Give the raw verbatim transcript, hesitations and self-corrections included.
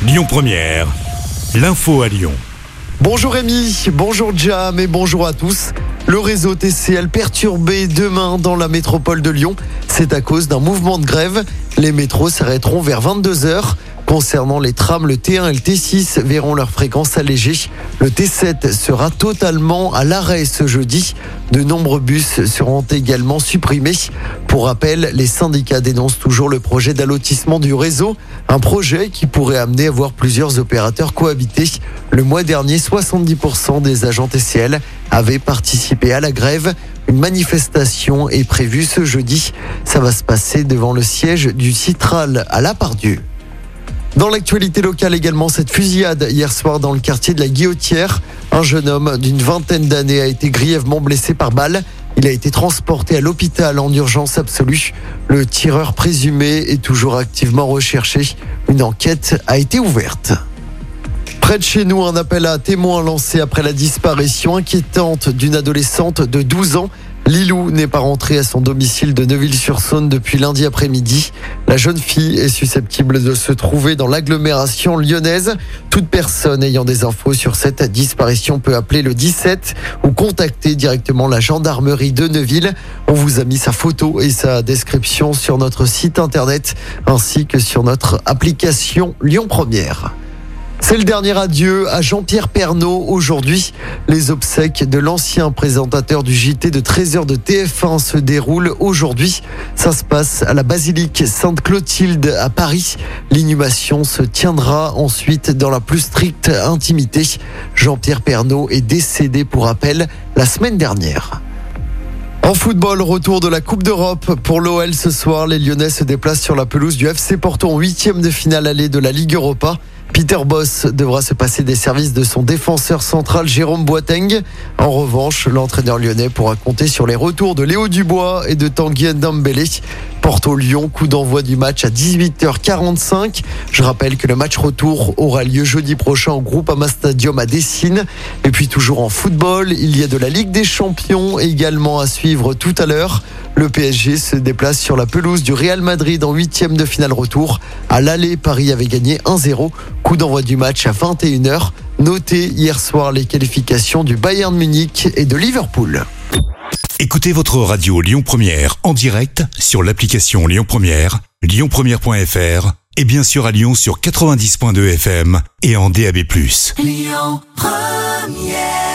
Lyon Première, l'info à Lyon. Bonjour Rémi, bonjour Jam et bonjour à tous. Le réseau T C L perturbé demain dans la métropole de Lyon. C'est à cause d'un mouvement de grève. Les métros s'arrêteront vers vingt-deux heures. Concernant les trams, le T un et le T six verront leur fréquence allégée. Le T sept sera totalement à l'arrêt ce jeudi. De nombreux bus seront également supprimés. Pour rappel, les syndicats dénoncent toujours le projet d'allotissement du réseau. Un projet qui pourrait amener à voir plusieurs opérateurs cohabiter. Le mois dernier, soixante-dix pour cent des agents T C L avaient participé à la grève. Une manifestation est prévue ce jeudi. Ça va se passer devant le siège du Citral à La Part-Dieu. Dans l'actualité locale également, cette fusillade hier soir dans le quartier de la Guillotière. Un jeune homme d'une vingtaine d'années a été grièvement blessé par balle. Il a été transporté à l'hôpital en urgence absolue. Le tireur présumé est toujours activement recherché. Une enquête a été ouverte. Près de chez nous, un appel à témoins lancé après la disparition inquiétante d'une adolescente de douze ans. Lilou n'est pas rentrée à son domicile de Neuville-sur-Saône depuis lundi après-midi. La jeune fille est susceptible de se trouver dans l'agglomération lyonnaise. Toute personne ayant des infos sur cette disparition peut appeler le dix-sept ou contacter directement la gendarmerie de Neuville. On vous a mis sa photo et sa description sur notre site internet ainsi que sur notre application Lyon Première. C'est le dernier adieu à Jean-Pierre Pernaut aujourd'hui. Les obsèques de l'ancien présentateur du J T de treize heures de T F un se déroulent aujourd'hui. Ça se passe à la basilique Sainte-Clotilde à Paris. L'inhumation se tiendra ensuite dans la plus stricte intimité. Jean-Pierre Pernaut est décédé, pour rappel, la semaine dernière. En football, retour de la Coupe d'Europe pour l'O L ce soir. Les Lyonnais se déplacent sur la pelouse du F C Porto en huitième de finale allée de la Ligue Europa. Peter Bosz devra se passer des services de son défenseur central Jérôme Boateng. En revanche, l'entraîneur lyonnais pourra compter sur les retours de Léo Dubois et de Tanguy Ndombele. Porto-Lyon, coup d'envoi du match à dix-huit heures quarante-cinq. Je rappelle que le match retour aura lieu jeudi prochain au Groupama Stadium à Dessine. Et puis toujours en football, il y a de la Ligue des Champions également à suivre tout à l'heure. Le P S G se déplace sur la pelouse du Real Madrid en huitième de finale retour. À l'aller, Paris avait gagné un zéro. Coup d'envoi du match à vingt et une heures. Notez hier soir les qualifications du Bayern Munich et de Liverpool. Écoutez votre radio Lyon Première en direct sur l'application Lyon Première, lyon première point f r et bien sûr à Lyon sur quatre-vingt-dix virgule deux F M et en D A B plus. Lyon Première.